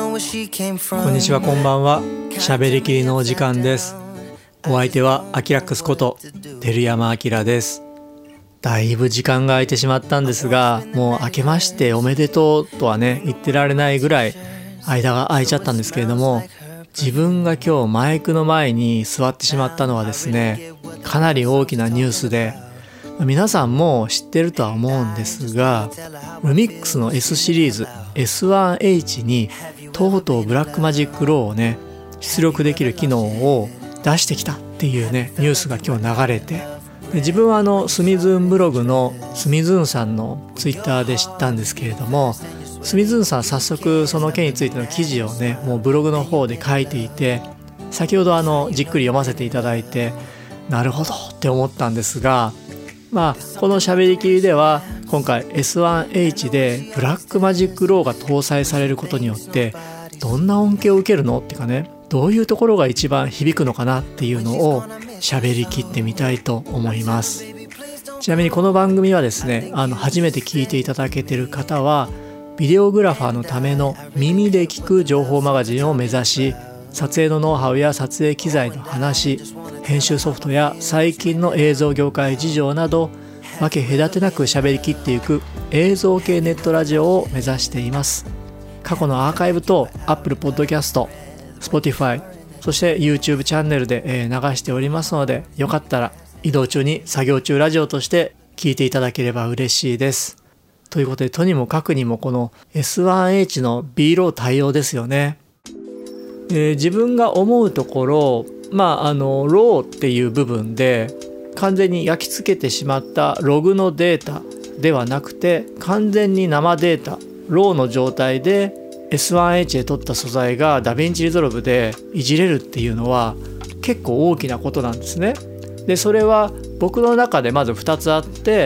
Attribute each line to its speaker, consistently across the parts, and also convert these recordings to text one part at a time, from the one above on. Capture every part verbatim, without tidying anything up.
Speaker 1: んにちは、こんばんは。しゃべりきりのお時間です。お相手はアキラックスこと照山明です。だいぶ時間が空いてしまったんですが、もう明けましておめでとうとはね言ってられないぐらい間が空いちゃったんですけれども、自分が今日マイクの前に座ってしまったのはですね、かなり大きなニュースで、皆さんも知ってるとは思うんですが、ルミックスの S シリーズ エスワンエイチ にとうとうブラックマジックローをね出力できる機能を出してきたっていうねニュースが今日流れて、で自分はあのスミズーンブログのスミズーンさんのツイッターで知ったんですけれども、スミズーンさん早速その件についての記事をねもうブログの方で書いていて、先ほどあのじっくり読ませていただいて、なるほどって思ったんですが、まあこのしゃべりきりでは今回 エスワンエイチ でブラックマジックローが搭載されることによってどんな恩恵を受けるのっていうかね、どういうところが一番響くのかなっていうのをしゃべりきってみたいと思います。ちなみにこの番組はですね、あの初めて聞いていただけている方はビデオグラファーのための耳で聞く情報マガジンを目指し、撮影のノウハウや撮影機材の話、編集ソフトや最近の映像業界事情など分け隔てなく喋りきっていく映像系ネットラジオを目指しています。過去のアーカイブと Apple Podcast、Spotify、そして YouTube チャンネルで流しておりますので、よかったら移動中に作業中ラジオとして聞いていただければ嬉しいです。ということで、とにもかくにもこの エスワンエイチ の B ロー対応ですよね。えー、自分が思うところ、まああのローっていう部分で完全に焼き付けてしまったログのデータではなくて、完全に生データローの状態で エスワンエイチ で撮った素材がダヴィンチリゾルブでいじれるっていうのは結構大きなことなんですね。でそれは僕の中でまずふたつあって、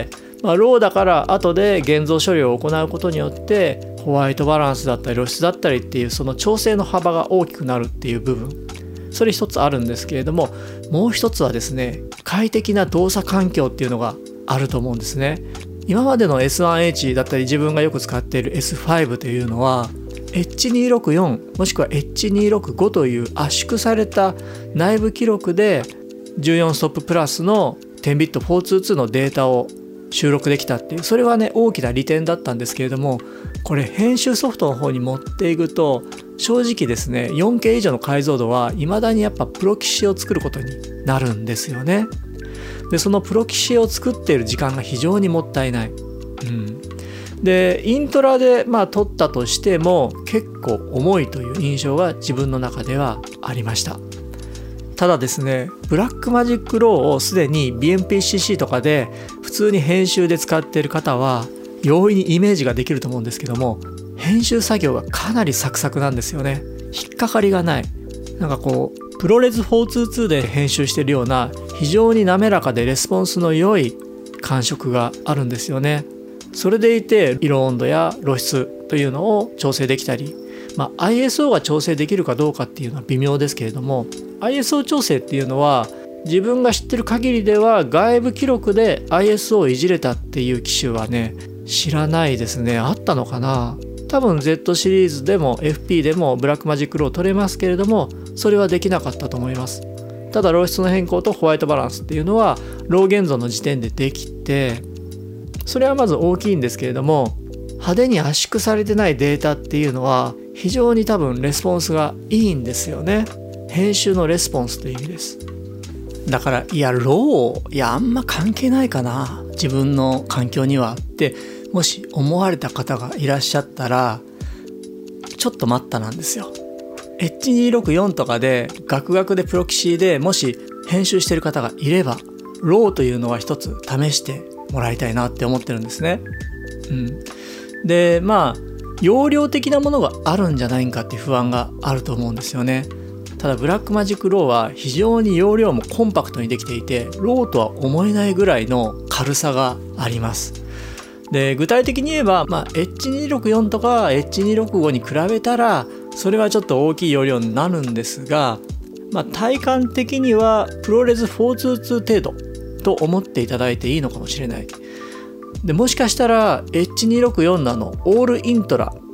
Speaker 1: まあ、ローだから後で現像処理を行うことによってホワイトバランスだったり露出だったりっていうその調整の幅が大きくなるっていう部分、それ一つあるんですけれども、もう一つはですね、快適な動作環境っていうのがあると思うんですね。今までの エスワンエイチ だったり自分がよく使っている エスファイブ というのは エイチにーろくよん もしくは エイチにーろくご という圧縮された内部記録でじゅうよんストッププラスのじゅうビットよんひゃくにじゅうにのデータを収録できたっていう、それはね大きな利点だったんですけれども、これ編集ソフトの方に持っていくと正直ですね よんケー 以上の解像度は未だにやっぱプロキシを作ることになるんですよね。でそのプロキシを作っている時間が非常にもったいない、うん、でイントラでまあ撮ったとしても結構重いという印象が自分の中ではありました。ただですね、ブラックマジックローをすでに ビーエムピーシーシー とかで普通に編集で使っている方は容易にイメージができると思うんですけども、編集作業がかなりサクサクなんですよね。引っかかりがない。なんかこうプロレスよんひゃくにじゅうにで編集しているような非常に滑らかでレスポンスの良い感触があるんですよね。それでいて色温度や露出というのを調整できたり、まあ、アイエスオー が調整できるかどうかっていうのは微妙ですけれども、 アイエスオー 調整っていうのは自分が知ってる限りでは外部記録で アイエスオー をいじれたっていう機種はね知らないですね。あったのかな。多分 Z シリーズでも エフピー でもブラックマジックロー取れますけれども、それはできなかったと思います。ただ露出の変更とホワイトバランスっていうのはロー現像の時点でできて、それはまず大きいんですけれども、派手に圧縮されてないデータっていうのは非常に多分レスポンスがいいんですよね。編集のレスポンスという意味です。だからいやローいやあんま関係ないかな自分の環境にはってもし思われた方がいらっしゃったら、ちょっと待ったなんですよ。エイチにーろくよん とかでガクガクでプロキシでもし編集してる方がいれば、ローというのは一つ試してもらいたいなって思ってるんですね。うん、でまあ容量的なものがあるんじゃないかっていう不安があると思うんですよね。ただブラックマジックローは非常に容量もコンパクトにできていて、ローとは思えないぐらいの軽さがあります。で具体的に言えば、まあ、エイチにーろくよん とか エイチにーろくご に比べたらそれはちょっと大きい容量になるんですが、まあ、体感的にはプロレスよんひゃくにじゅうに程度と思っていただいていいのかもしれない。でもしかしたら エイチにーろくよん のあのオールイントラ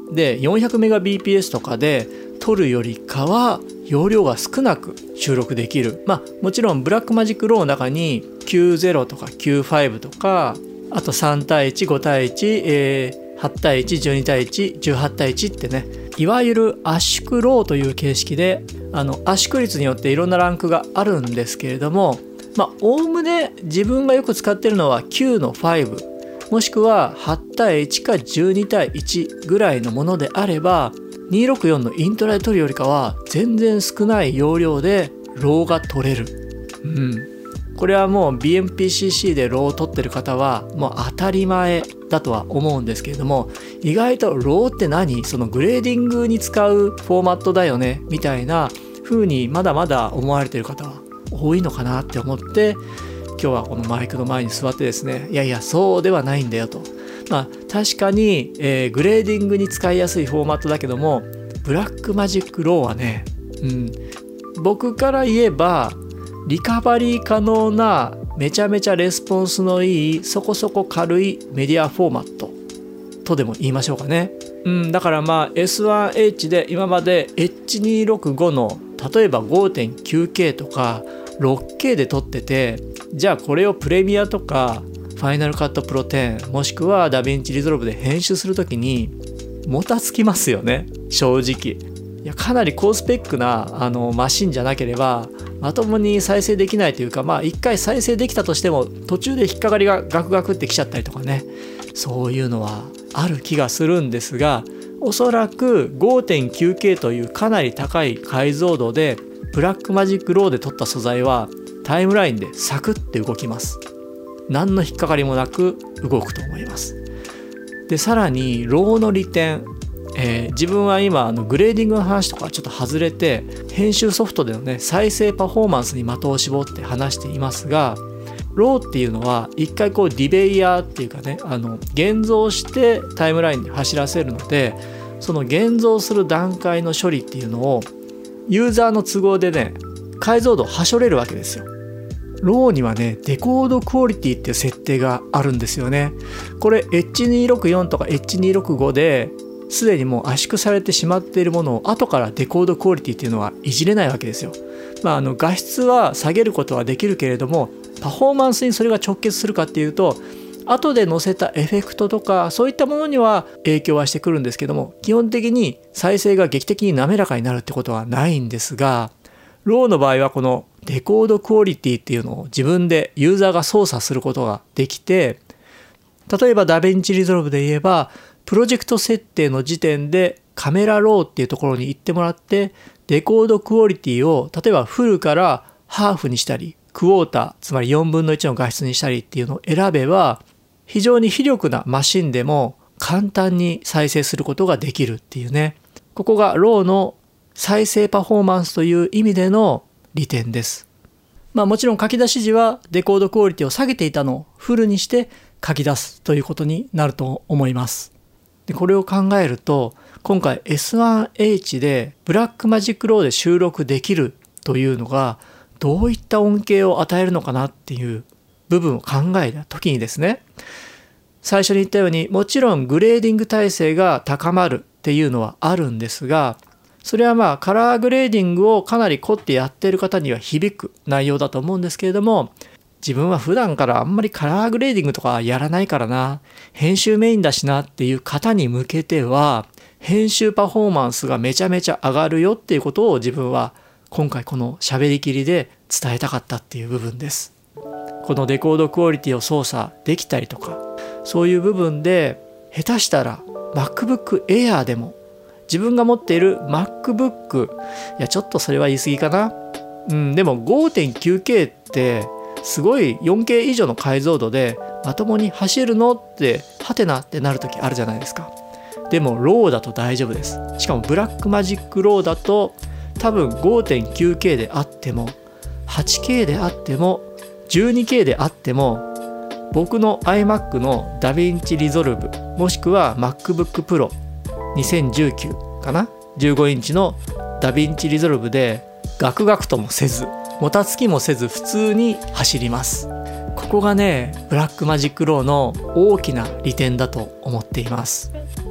Speaker 1: で よんひゃくメガビーピーエス とかで撮るよりかは容量が少なく収録できる。まあもちろんブラックマジックローの中にきゅうじゅうとかきゅうじゅうごとか、あとさん対いち、ご対いち、えー、はち対いち、じゅうに対いち、じゅうはち対いちってね、いわゆる圧縮ローという形式で、あの圧縮率によっていろんなランクがあるんですけれども、まあおおむね自分がよく使ってるのはきゅうのごもしくははち対いちかじゅうに対いちぐらいのものであれば、にひゃくろくじゅうよんのイントラで撮るよりかは全然少ない容量でローが撮れる。うん。これはもう ビーエムピーシーシー でローを撮ってる方はもう当たり前だとは思うんですけれども、意外とローって何？そのグレーディングに使うフォーマットだよねみたいな風にまだまだ思われてる方は多いのかなって思って、今日はこのマイクの前に座ってですね、いやいやそうではないんだよと。まあ確かに、えー、グレーディングに使いやすいフォーマットだけども、ブラックマジックローはね、うん、僕から言えばリカバリー可能なめちゃめちゃレスポンスのいいそこそこ軽いメディアフォーマットとでも言いましょうかね。うん、だからまあ エスワンエイチ で今まで エイチにひゃくろくじゅうご の例えば ごてんきゅうケー とか ろくケー で撮ってて、じゃあこれをプレミアとかファイナルカットプロテンもしくはダヴィンチリゾルブで編集するときにもたつきますよね、正直。いやかなり高スペックなあのマシンじゃなければまともに再生できないというか、まあ一回再生できたとしても途中で引っかかりがガクガクってきちゃったりとかね、そういうのはある気がするんですが、おそらく ごてんきゅうケー というかなり高い解像度でブラックマジックローで撮った素材はタイムラインでサクッて動きます。何の引っかかりもなく動くと思います。でさらにローの利点、えー、自分は今あのグレーディングの話とかちょっと外れて編集ソフトでのね再生パフォーマンスに的を絞って話していますが、ローっていうのは一回こうディベイヤーっていうかね、あの現像してタイムラインで走らせるので、その現像する段階の処理っていうのをユーザーの都合でね解像度をはしょれるわけですよ。ローにはねデコードクオリティっていう設定があるんですよね。これ エイチにひゃくろくじゅうよん とか エイチにひゃくろくじゅうご ですでにもう圧縮されてしまっているものを後からデコードクオリティっていうのはいじれないわけですよ。まあ、あの画質は下げることはできるけれどもパフォーマンスにそれが直結するかっていうと、後で載せたエフェクトとかそういったものには影響はしてくるんですけども、基本的に再生が劇的に滑らかになるってことはないんですが、ローの場合はこのデコードクオリティっていうのを自分でユーザーが操作することができて、例えばダヴィンチリゾルブで言えばプロジェクト設定の時点でカメラローっていうところに行ってもらって、デコードクオリティを例えばフルからハーフにしたりクォーター、つまりよんぶんのいちの画質にしたりっていうのを選べば、非常に非力なマシンでも簡単に再生することができるっていうね、ここがローの再生パフォーマンスという意味での利点です。まあもちろん書き出し時はデコードクオリティを下げていたのをフルにして書き出すということになると思います。でこれを考えると、今回 エスワンエイチ でブラックマジックローで収録できるというのがどういった恩恵を与えるのかなっていう部分を考えた時にですね、最初に言ったようにもちろんグレーディング耐性が高まるっていうのはあるんですが、それはまあカラーグレーディングをかなり凝ってやっている方には響く内容だと思うんですけれども、自分は普段からあんまりカラーグレーディングとかやらないからな、編集メインだしなっていう方に向けては編集パフォーマンスがめちゃめちゃ上がるよっていうことを自分は今回この喋りきりで伝えたかったっていう部分です。このデコードクオリティを操作できたりとか、そういう部分で下手したら MacBook Air でも自分が持っている MacBook、 いやちょっとそれは言い過ぎかな、うん、でも ごてんきゅうケー ってすごい よんケー 以上の解像度でまともに走るのってハテナってなる時あるじゃないですか。でもローだと大丈夫です。しかもブラックマジックローだと多分 ごてんきゅうケー であっても はちケー であっても じゅうにケー であっても、僕の iMac のダヴィンチリゾルブもしくは MacBook Pro にせんじゅうきゅうかな、じゅうごインチのダヴィンチリゾルブでガクガクともせずもたつきもせず普通に走ります。ここがねブラックマジックローの大きな利点だと思っています。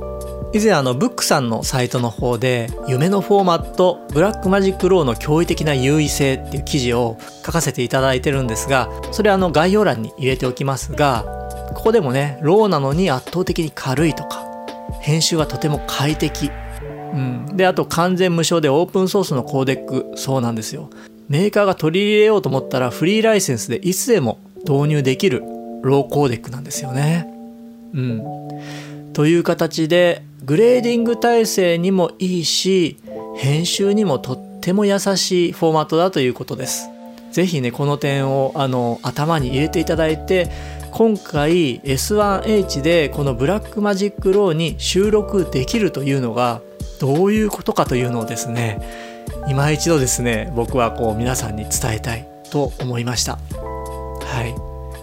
Speaker 1: 以前あのブックさんのサイトの方で夢のフォーマットブラックマジックローの驚異的な優位性っていう記事を書かせていただいてるんですが、それあの概要欄に入れておきますが、ここでもね、ローなのに圧倒的に軽いとか、編集はとても快適、うん、であと完全無償でオープンソースのコーデック。そうなんですよ。メーカーが取り入れようと思ったらフリーライセンスでいつでも導入できるローコーデックなんですよね。うん、という形でグレーディング体制にもいいし、編集にもとっても優しいフォーマットだということです。ぜひね、この点をあの頭に入れていただいて、今回 エスワンエイチ でこのブラックマジックローに収録できるというのがどういうことかというのをですね、今一度ですね、僕はこう皆さんに伝えたいと思いました。はい、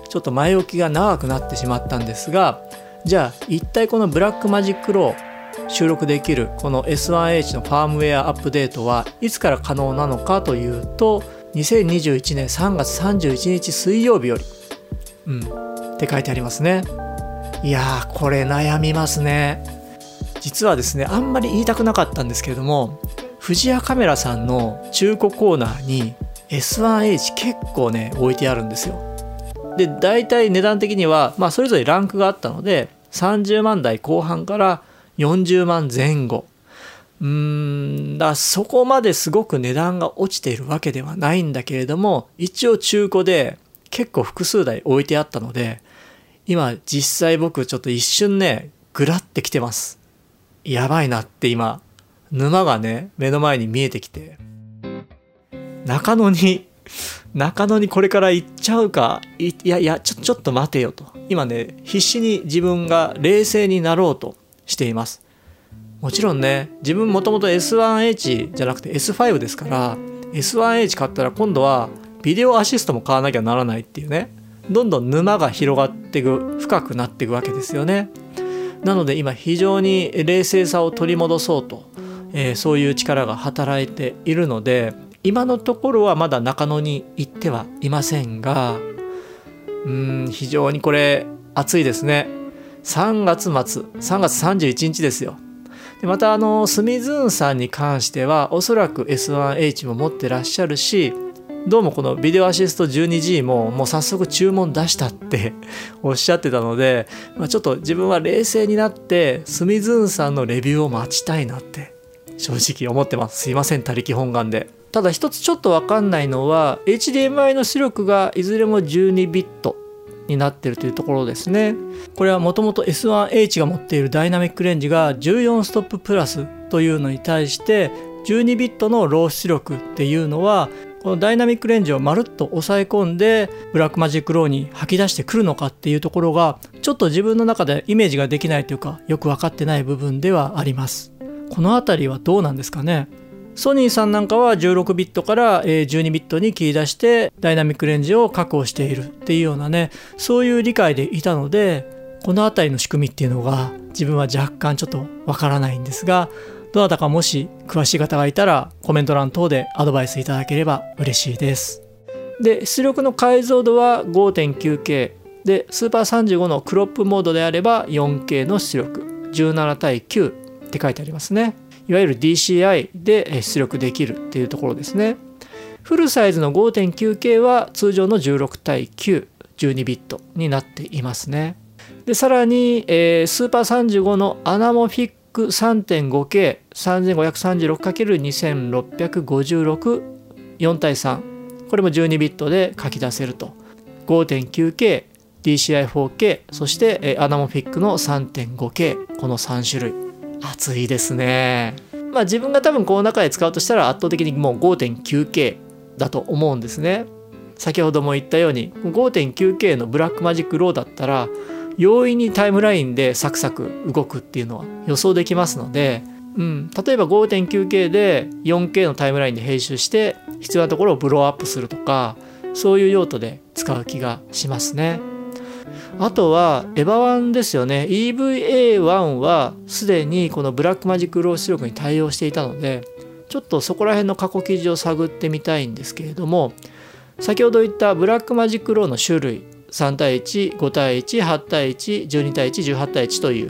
Speaker 1: ちょっと前置きが長くなってしまったんですが、じゃあ一体このブラックマジックロー収録できるこの エスワンエイチ のファームウェアアップデートはいつから可能なのかというと、にせんにじゅういちねんさんがつさんじゅういちにち水曜日より、うんって書いてありますね。いやー、これ悩みますね。実はですね、あんまり言いたくなかったんですけれども、富士屋カメラさんの中古コーナーに エスワンエイチ 結構ね置いてあるんですよ。で、大体値段的には、まあ、それぞれランクがあったのでさんじゅうまんだいこう半からよんじゅうまんぜん後。うーんだそこまですごく値段が落ちているわけではないんだけれども、一応中古で結構複数台置いてあったので、今実際僕ちょっと一瞬ねグラってきてます。やばいなって今沼がね目の前に見えてきて、中野に中野にこれから行っちゃうか、いやいやちょちょっと待てよと今ね必死に自分が冷静になろうとしています。もちろんね、自分もともと エスワンエイチ じゃなくて エスファイブ ですから、 エスワンエイチ 買ったら今度はビデオアシストも買わなきゃならないっていうね、どんどん沼が広がっていく、深くなっていくわけですよね。なので今非常に冷静さを取り戻そうと、えー、そういう力が働いているので、今のところはまだ中野に行ってはいませんが、うーん非常にこれ熱いですね。さんがつ末、さんがつさんじゅういちにちですよ。でまたあのスミズーンさんに関してはおそらく エスワンエイチ も持ってらっしゃるし、どうもこのビデオアシスト じゅうにジー ももう早速注文出したっておっしゃってたので、まあ、ちょっと自分は冷静になってスミズーンさんのレビューを待ちたいなって正直思ってます。すいません、他力本願で。ただ一つちょっと分かんないのは エイチディーエムアイ の出力がいずれもじゅうにビットになっているというところですね。これはもともと エスワンエイチ が持っているダイナミックレンジがじゅうよんストッププラスというのに対してじゅうにビットのロー出力っていうのは、このダイナミックレンジをまるっと抑え込んでブラックマジックローに吐き出してくるのかっていうところがちょっと自分の中でイメージができないというか、よく分かってない部分ではあります。このあたりはどうなんですかね。ソニーさんなんかはじゅうろくビットからじゅうにビットに切り出してダイナミックレンジを確保しているっていうようなね、そういう理解でいたので、このあたりの仕組みっていうのが自分は若干ちょっとわからないんですが、どなたかもし詳しい方がいたらコメント欄等でアドバイスいただければ嬉しいです。で、出力の解像度は ごてんきゅうケー で、スーパーさんじゅうごのクロップモードであれば よんケー の出力、じゅうななたいきゅうって書いてありますね。いわゆる ディーシーアイ で出力できるっていうところですね。フルサイズの ごてんきゅうケー は通常のじゅうろくたいきゅう、じゅうにビットになっていますね。でさらに、えー、スーパーさんじゅうごのアナモフィック さんてんごケー、さんぜんごひゃくさんじゅうろくかけるにせんろっぴゃくごじゅうろく、よんたいさん、これもじゅうにビットで書き出せると。 ごてんきゅうケー、ディーシーアイフォーケー、そして、えー、アナモフィックの さんてんごケー、このさんしゅるい。熱いですね。まあ自分が多分この中で使うとしたら圧倒的にもう ごてんきゅうケー だと思うんですね。先ほども言ったように ごてんきゅうケー のブラックマジックローだったら容易にタイムラインでサクサク動くっていうのは予想できますので、うん、例えば ごてんきゅうケー で よんケー のタイムラインで編集して必要なところをブローアップするとか、そういう用途で使う気がしますね。あとはエヴァワンですよね。 イーブイエーワン はすでにこのブラックマジックロー出力に対応していたので、ちょっとそこら辺の過去記事を探ってみたいんですけれども、先ほど言ったブラックマジックローの種類さんたいいち、ごたいいち、はちたいいち、じゅうにたいいち、じゅうはちたいいちという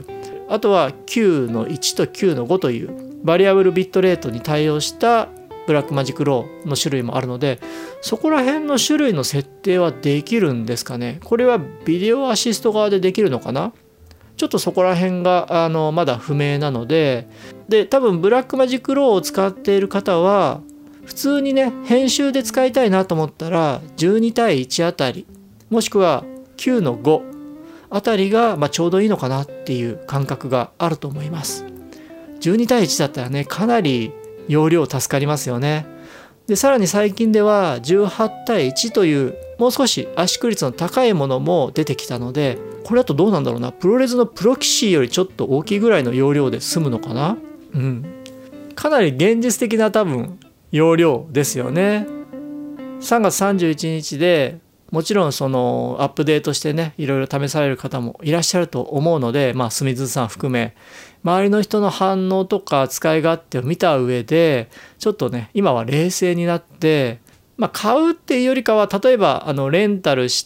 Speaker 1: あとはきゅうのいちときゅうのごというバリアブルビットレートに対応したブラックマジックローの種類もあるので、そこら辺の種類の設定はできるんですかね。これはビデオアシスト側でできるのかな。ちょっとそこら辺があのまだ不明なので、で多分ブラックマジックローを使っている方は普通にね編集で使いたいなと思ったらじゅうにたいいちあたり、もしくはきゅうのごあたりがまあちょうどいいのかなっていう感覚があると思います。じゅうにたいいちだったらねかなり容量助かりますよね。でさらに最近ではじゅうはちたいいちというもう少し圧縮率の高いものも出てきたので、これだとどうなんだろうな、プロレスのプロキシーよりちょっと大きいぐらいの容量で済むのかな。うん、かなり現実的な多分容量ですよね。さんがつさんじゅういちにちでもちろんそのアップデートしてねいろいろ試される方もいらっしゃると思うので、まあ住津さん含め周りの人の反応とか使い勝手を見た上でちょっとね今は冷静になって、まあ、買うっていうよりかは例えばあのレンタルして、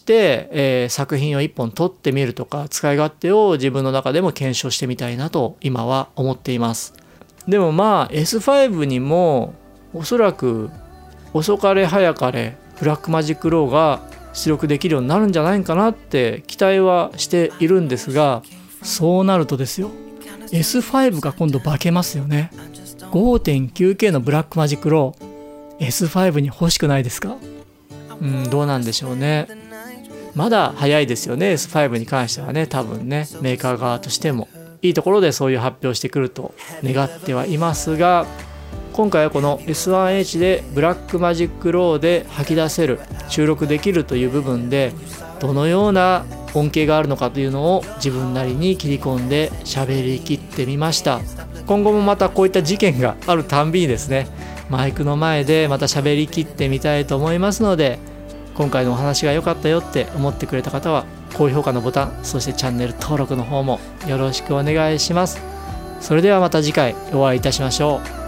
Speaker 1: えー、作品をいっぽん撮ってみるとか使い勝手を自分の中でも検証してみたいなと今は思っています。でもまあ エスファイブ にもおそらく遅かれ早かれブラックマジックローが出力できるようになるんじゃないかなって期待はしているんですが、そうなるとですよ エスファイブ が今度化けますよね。 ごてんきゅうケー のブラックマジックロー エスファイブ に欲しくないですか？うん、どうなんでしょうね。まだ早いですよね エスファイブ に関してはね。多分ねメーカー側としてもいいところでそういう発表してくると願ってはいますが、今回はこの エスワンエイチ でブラックマジックローで吐き出せる収録できるという部分でどのような恩恵があるのかというのを自分なりに切り込んで喋り切ってみました。今後もまたこういった事件があるたんびにですねマイクの前でまた喋り切ってみたいと思いますので、今回のお話が良かったよって思ってくれた方は高評価のボタン、そしてチャンネル登録の方もよろしくお願いします。それではまた次回お会いいたしましょう。